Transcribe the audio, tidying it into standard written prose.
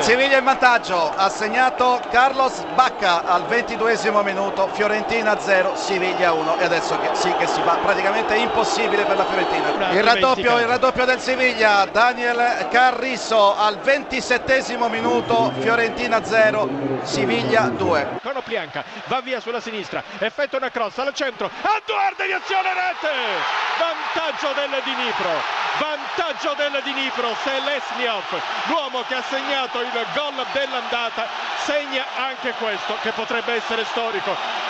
Siviglia in vantaggio, ha segnato Carlos Bacca al 22esimo minuto, Fiorentina 0, Siviglia 1 e adesso sì che si fa praticamente impossibile per la Fiorentina. Il raddoppio del Siviglia, Daniel Carrizo al 27esimo minuto, Fiorentina 0, Siviglia 2. Konoplyanka va via sulla sinistra, effettua una cross al centro, a due deviazione, rete! Vantaggio del Dnipro, Selesniov, l'uomo che ha segnato il gol dell'andata, segna anche questo che potrebbe essere storico.